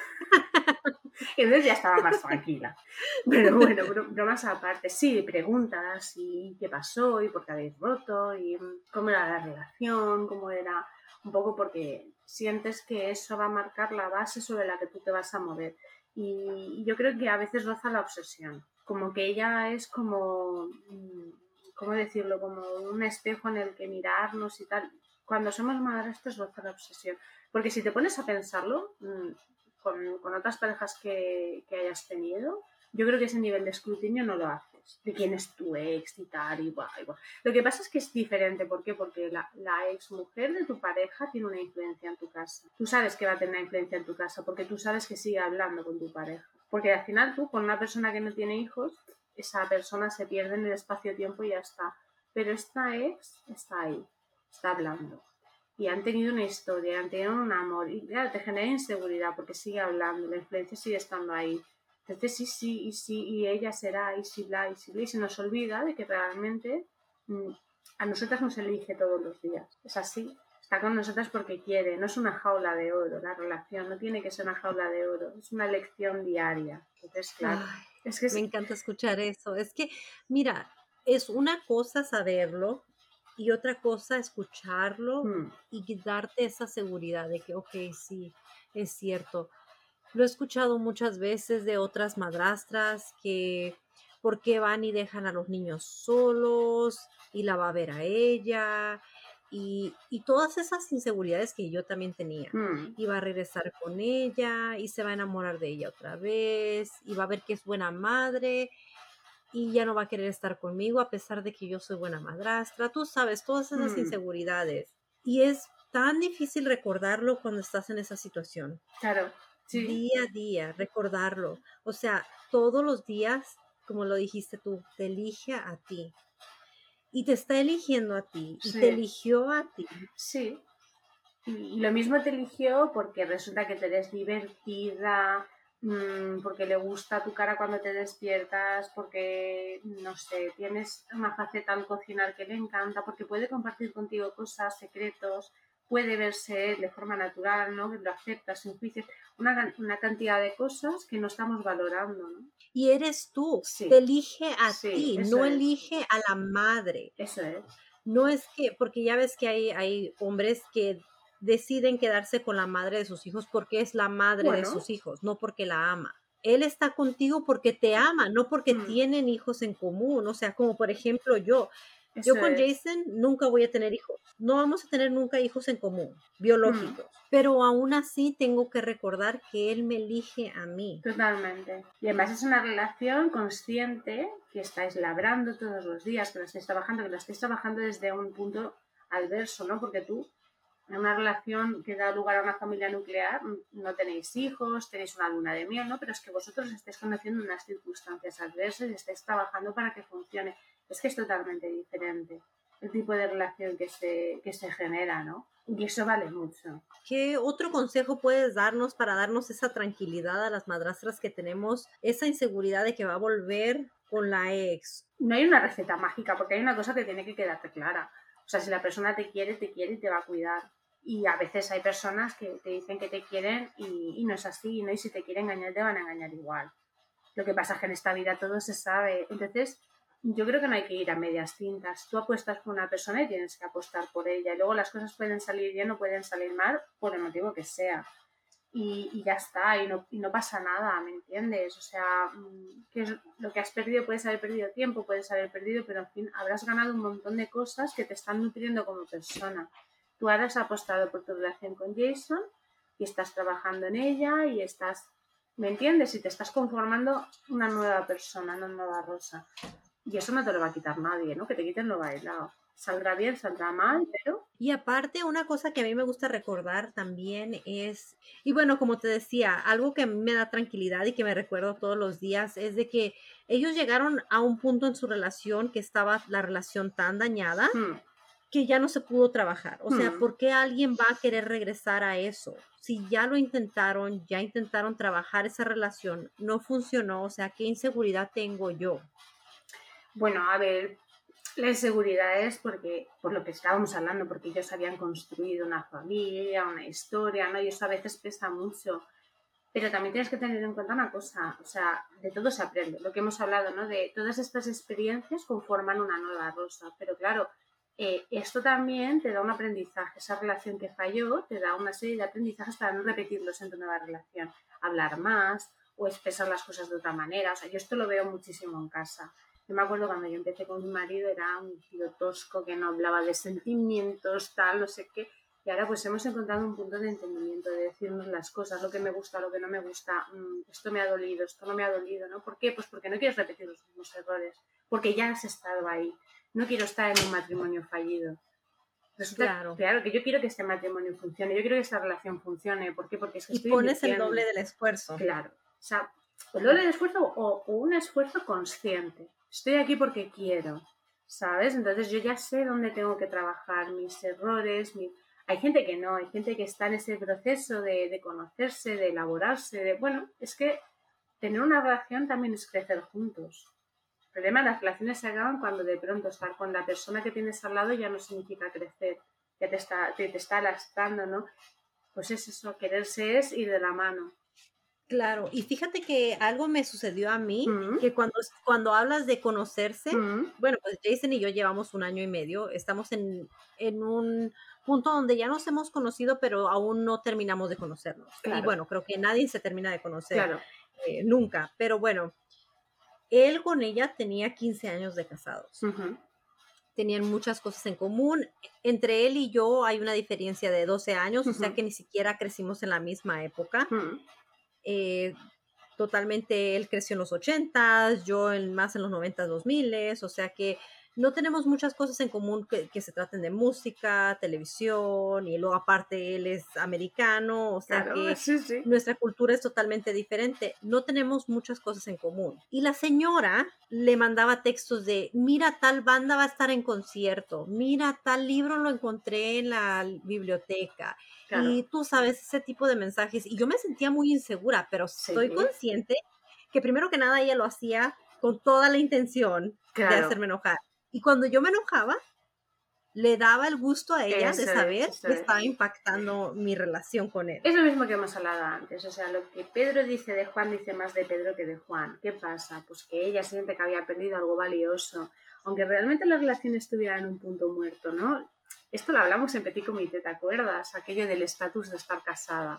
Y entonces ya estaba más tranquila. Pero bueno, bromas aparte. Sí, preguntas y qué pasó y por qué habéis roto y cómo era la relación, cómo era un poco porque sientes que eso va a marcar la base sobre la que tú te vas a mover. Y yo creo que a veces roza la obsesión. Como que ella es como, ¿cómo decirlo? Como un espejo en el que mirarnos y tal. Cuando somos madrastros roza la obsesión. Porque si te pones a pensarlo, con otras parejas que hayas tenido, yo creo que ese nivel de escrutinio no lo haces, de quién es tu ex y tal, igual. Lo que pasa es que es diferente, ¿por qué? Porque la ex mujer de tu pareja tiene una influencia en tu casa. Tú sabes que va a tener una influencia en tu casa, porque tú sabes que sigue hablando con tu pareja. Porque al final tú, con una persona que no tiene hijos, esa persona se pierde en el espacio-tiempo y ya está. Pero esta ex está ahí, está hablando. Y han tenido una historia, han tenido un amor, y claro, te genera inseguridad porque sigue hablando, la influencia sigue estando ahí. Entonces sí, y ella será, y si bla, y si bla, y se nos olvida de que realmente a nosotras nos elige todos los días. Es así, está con nosotras porque quiere, no es una jaula de oro, la relación no tiene que ser una jaula de oro, es una elección diaria. Entonces, claro, me encanta escuchar eso. Es que, mira, es una cosa saberlo y otra cosa escucharlo Mm, y darte esa seguridad de que, ok, sí, es cierto. Lo he escuchado muchas veces de otras madrastras que por qué van y dejan a los niños solos y la va a ver a ella y todas esas inseguridades que yo también tenía. mm, Y va a regresar con ella y se va a enamorar de ella otra vez y va a ver que es buena madre y ya no va a querer estar conmigo a pesar de que yo soy buena madrastra. Tú sabes, todas esas mm. inseguridades. Y es tan difícil recordarlo cuando estás en esa situación. Claro, sí, Día a día, recordarlo. O sea, todos los días, como lo dijiste tú, te elige a ti. Y te está eligiendo a ti. Y te sí, eligió a ti. sí. Y lo mismo te eligió porque resulta que te eres divertida, porque le gusta tu cara cuando te despiertas, porque, no sé, tienes una faceta al cocinar que le encanta, porque puede compartir contigo cosas, secretos, puede verse de forma natural, ¿no? Que lo aceptas sin juicios, una cantidad de cosas que no estamos valorando, ¿no? Y eres tú. Te Sí, elige a sí, ti, eso no es, elige a la madre. eso es. No es que, porque ya ves que hay hombres que deciden quedarse con la madre de sus hijos porque es la madre de Bueno, sus hijos, no porque la ama. Él está contigo porque te ama, no porque mm, tienen hijos en común. O sea, como por ejemplo yo. Yo eso con es. Jason nunca voy a tener hijos. No vamos a tener nunca hijos en común, Mm. biológicos. Pero aún así tengo que recordar que él me elige a mí. Totalmente. Y además es una relación consciente que estáis labrando todos los días, que la estáis trabajando desde un punto adverso, ¿no? Porque tú, en una relación que da lugar a una familia nuclear, no tenéis hijos, tenéis una luna de miel, ¿no? Pero es que vosotros estáis conociendo unas circunstancias adversas y estáis trabajando para que funcione. Es que es totalmente diferente el tipo de relación que se genera, ¿no? Y eso vale mucho. ¿Qué otro consejo puedes darnos para darnos esa tranquilidad a las madrastras que tenemos, esa inseguridad de que va a volver con la ex? No hay una receta mágica, porque hay una cosa que tiene que quedarte clara. O sea, si la persona te quiere y te va a cuidar. Y a veces hay personas que te dicen que te quieren y no es así, ¿no? Y si te quieren engañar, te van a engañar igual. Lo que pasa es que en esta vida todo se sabe. Entonces, yo creo que no hay que ir a medias tintas. Tú apuestas por una persona y tienes que apostar por ella. Y luego las cosas pueden salir bien o pueden salir mal por el motivo que sea y ya está, y no pasa nada, ¿me entiendes? O sea, que es lo que has perdido, puedes haber perdido tiempo, puedes haber perdido, pero en fin, habrás ganado un montón de cosas que te están nutriendo como persona. Tú ahora has apostado por tu relación con Jason y estás trabajando en ella y estás, ¿me entiendes? Y te estás conformando una nueva persona, una nueva Rosa. Y eso no te lo va a quitar nadie, ¿no? Que te quiten lo bailado. Saldrá bien, saldrá mal, pero... Y aparte, una cosa que a mí me gusta recordar también es, y bueno, como te decía, algo que a mí me da tranquilidad y que me recuerdo todos los días es de que ellos llegaron a un punto en su relación que estaba la relación tan dañada Hmm, que ya no se pudo trabajar. O sea, hmm. ¿por qué alguien va a querer regresar a eso? Si ya intentaron trabajar esa relación, no funcionó, o sea, ¿qué inseguridad tengo yo? Bueno, a ver, la inseguridad es porque, por lo que estábamos hablando, porque ellos habían construido una familia, una historia, ¿no? Y eso a veces pesa mucho. Pero también tienes que tener en cuenta una cosa, o sea, de todo se aprende, lo que hemos hablado, ¿no? De todas estas experiencias conforman una nueva Rosa, pero claro, esto también te da un aprendizaje, esa relación que falló te da una serie de aprendizajes para no repetirlos en tu nueva relación, hablar más o expresar las cosas de otra manera, o sea, yo esto lo veo muchísimo en casa. Yo me acuerdo cuando yo empecé con mi marido, era un tío tosco que no hablaba de sentimientos, tal, no sé qué, y ahora pues hemos encontrado un punto de entendimiento, de decirnos las cosas, lo que me gusta, lo que no me gusta, esto me ha dolido, esto no me ha dolido, ¿no? ¿Por qué? Pues porque no quieres repetir los mismos errores, porque ya has estado ahí, no quiero estar en un matrimonio fallido. Resulta, Claro. claro, que yo quiero que este matrimonio funcione, yo quiero que esta relación funcione, ¿por qué? Porque es que Y estoy pones el invirtiendo, doble del esfuerzo. claro, o sea, el doble de esfuerzo o un esfuerzo consciente, estoy aquí porque quiero, ¿sabes? Entonces yo ya sé dónde tengo que trabajar, mis errores, hay gente que no, hay gente que está en ese proceso de conocerse, de elaborarse, de, bueno, es que tener una relación también es crecer juntos. El problema es que las relaciones se acaban cuando de pronto estar con la persona que tienes al lado ya no significa crecer, ya te está lastrando, ¿no? Pues es eso, quererse es ir de la mano. Claro, y fíjate que algo me sucedió a mí, Mm, que cuando hablas de conocerse, mm, bueno, pues Jason y yo llevamos 1 año y medio, estamos en un punto donde ya nos hemos conocido, pero aún no terminamos de conocernos. Y claro, bueno, creo que nadie se termina de conocer claro. nunca, pero bueno, él con ella tenía 15 años de casados. Ujú, Tenían muchas cosas en común. Entre él y yo hay una diferencia de 12 años, o sea ujú, que ni siquiera crecimos en la misma época. mm. Eh, Totalmente, él creció en los 80s, yo más en los 90s, 2000s, o sea que no tenemos muchas cosas en común que se traten de música, televisión, y luego aparte él es americano, o sea Claro, que sí, sí. nuestra cultura es totalmente diferente, no tenemos muchas cosas en común. Y la señora le mandaba textos de, mira, tal banda va a estar en concierto, mira, tal libro lo encontré en la biblioteca, Claro, y tú sabes, ese tipo de mensajes. Y yo me sentía muy insegura, pero estoy sí, consciente que primero que nada ella lo hacía con toda la intención de claro. hacerme enojar. Y cuando yo me enojaba, le daba el gusto a ella de Eso es, saber eso que es. estaba impactando mi relación con él. Es lo mismo que hemos hablado antes, o sea, lo que Pedro dice de Juan dice más de Pedro que de Juan. ¿Qué pasa? Pues que ella siente que había perdido algo valioso, aunque realmente la relación estuviera en un punto muerto, ¿no? Esto lo hablamos en Petit Comité, ¿te acuerdas? Aquello del estatus de estar casada.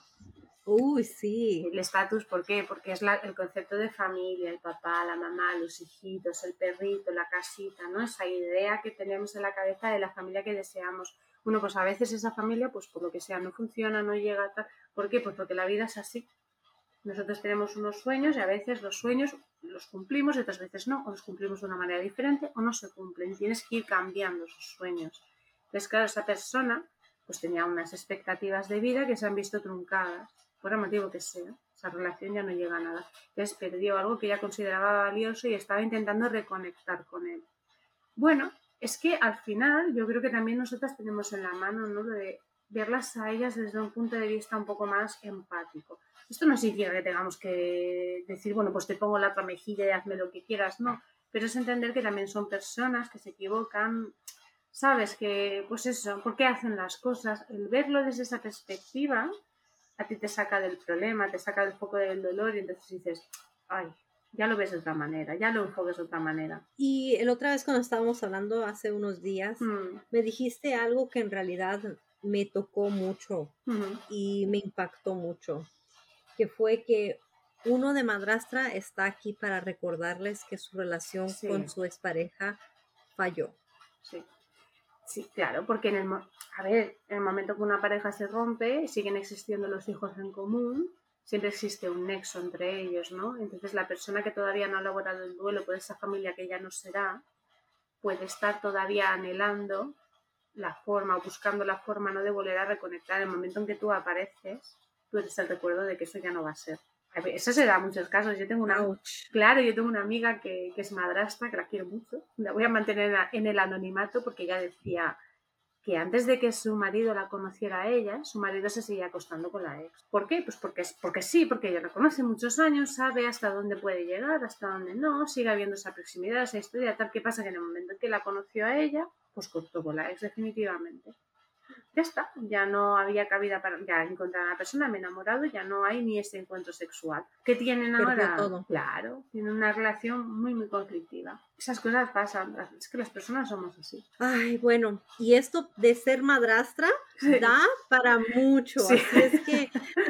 Uy, sí, El estatus, ¿por qué? Porque es el concepto de familia, el papá, la mamá, los hijitos, el perrito, la casita, ¿no? Esa idea que tenemos en la cabeza de la familia que deseamos. Bueno, pues a veces esa familia, pues por lo que sea, no funciona, no llega a tal. ¿Por qué? Pues porque la vida es así. Nosotros tenemos unos sueños y a veces los sueños los cumplimos y otras veces no, o los cumplimos de una manera diferente o no se cumplen. Y tienes que ir cambiando esos sueños. Entonces, claro, esa persona pues tenía unas expectativas de vida que se han visto truncadas, por el motivo que sea. Esa relación ya no llega a nada. Entonces perdió algo que ella consideraba valioso y estaba intentando reconectar con él. Bueno, es que al final yo creo que también nosotras tenemos en la mano, ¿no?, de verlas a ellas desde un punto de vista un poco más empático. Esto no significa que tengamos que decir, bueno, pues te pongo la otra mejilla y hazme lo que quieras, no. Pero es entender que también son personas que se equivocan, sabes que, pues eso, ¿por qué hacen las cosas? El verlo desde esa perspectiva a ti te saca del problema, te saca del foco del dolor y entonces dices, ay, ya lo ves de otra manera, ya lo enfocas de otra manera. y la otra vez cuando estábamos hablando hace unos días, Mm, me dijiste algo que en realidad me tocó mucho mm. y me impactó mucho, que fue que uno de madrastra está aquí para recordarles que su relación con Sí, su expareja falló. sí, sí, claro, porque a ver, en el momento que una pareja se rompe, siguen existiendo los hijos en común, siempre existe un nexo entre ellos, ¿no? Entonces la persona que todavía no ha elaborado el duelo por esa familia que ya no será, puede estar todavía anhelando la forma o buscando la forma, ¿no?, de volver a reconectar. En el momento en que tú apareces, tú eres el recuerdo de que eso ya no va a ser. A ver, eso se da en muchos casos. Ouch. Claro, yo tengo una amiga que es madrastra, que la quiero mucho. La voy a mantener en el anonimato porque ella decía que antes de que su marido la conociera a ella, su marido se seguía acostando con la ex. ¿Por qué? Pues porque sí, porque ella la conoce muchos años, sabe hasta dónde puede llegar, hasta dónde no, sigue habiendo esa proximidad, esa historia, tal. ¿Qué pasa? Que en el momento en que la conoció a ella, pues cortó con la ex definitivamente. Ya está, ya no había cabida para ya encontrar a la persona, me he enamorado, ya no hay ni ese encuentro sexual. ¿Qué tienen Perdió ahora? todo. Claro, tienen una relación muy, muy conflictiva. Esas cosas pasan, es que las personas somos así. Ay, bueno, y esto de ser madrastra Sí, da para mucho, sí. así es que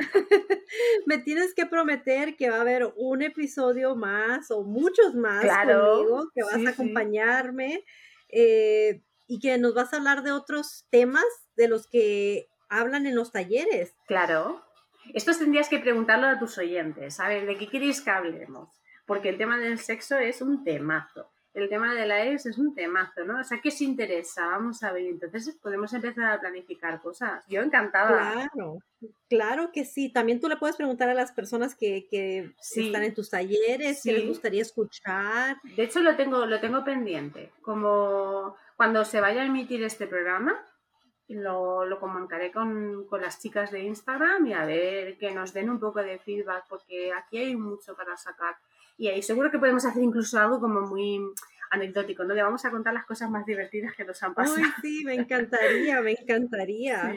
me tienes que prometer que va a haber un episodio más o muchos más Claro, conmigo, que vas sí, a sí. acompañarme y que nos vas a hablar de otros temas de los que hablan en los talleres. Claro. Esto tendrías que preguntarlo a tus oyentes, a ver, ¿de qué queréis que hablemos? Porque el tema del sexo es un temazo. El tema de la ex es un temazo, ¿no? O sea, ¿qué os interesa? Vamos a ver. Entonces podemos empezar a planificar cosas. Yo encantada. Claro, claro que sí. También tú le puedes preguntar a las personas que están Sí, en tus talleres, qué les sí. gustaría escuchar. De hecho, lo tengo pendiente. Como cuando se vaya a emitir este programa, lo comunicaré con las chicas de Instagram y a ver que nos den un poco de feedback, porque aquí hay mucho para sacar. Y ahí seguro que podemos hacer incluso algo como muy anecdótico, ¿no? Le vamos a contar las cosas más divertidas que nos han pasado. Uy, sí, me encantaría, me encantaría. Sí.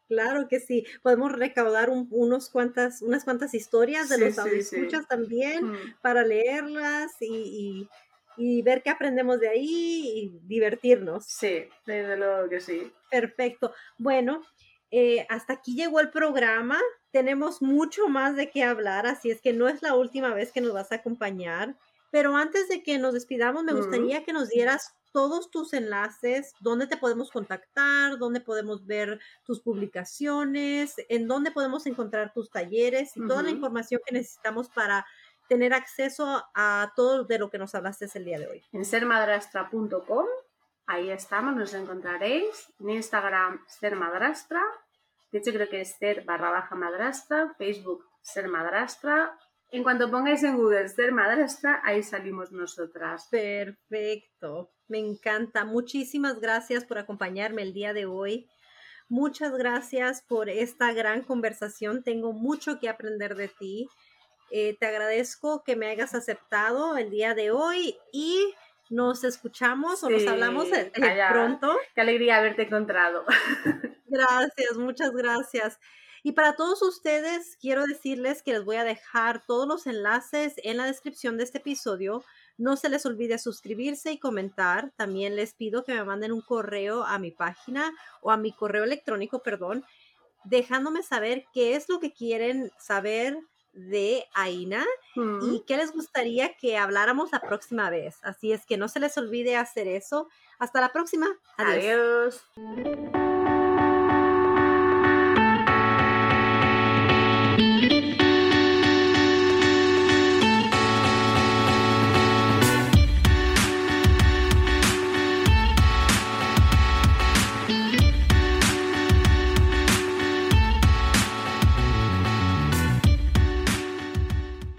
Claro que sí. Podemos recaudar unas cuantas historias de Sí, los sí, sí. audioscuchas también Mm. para leerlas y ver qué aprendemos de ahí y divertirnos. Sí, desde luego que sí. Perfecto. Bueno, hasta aquí llegó el programa. Tenemos mucho más de qué hablar, así es que no es la última vez que nos vas a acompañar. Pero antes de que nos despidamos, me Mm. gustaría que nos dieras todos tus enlaces, dónde te podemos contactar, dónde podemos ver tus publicaciones, en dónde podemos encontrar tus talleres y toda la Ujú. información que necesitamos para tener acceso a todo de lo que nos hablaste el día de hoy. En sermadrastra.com, ahí estamos, nos encontraréis. En Instagram, sermadrastra. De hecho, creo que es ser_madrastra. Facebook, sermadrastra. En cuanto pongáis en Google sermadrastra, ahí salimos nosotras. Perfecto, me encanta. Muchísimas gracias por acompañarme el día de hoy. Muchas gracias por esta gran conversación. Tengo mucho que aprender de ti. Te agradezco que me hayas aceptado el día de hoy y nos escuchamos o nos hablamos Sí, calla. pronto. Qué alegría haberte encontrado. Gracias, muchas gracias. Y para todos ustedes, quiero decirles que les voy a dejar todos los enlaces en la descripción de este episodio. No se les olvide suscribirse y comentar. También les pido que me manden un correo a mi página o a mi correo electrónico, perdón, dejándome saber qué es lo que quieren saber de Aina Mm. y qué les gustaría que habláramos la próxima vez. Así es que no se les olvide hacer eso. Hasta la próxima. Adiós. Adiós.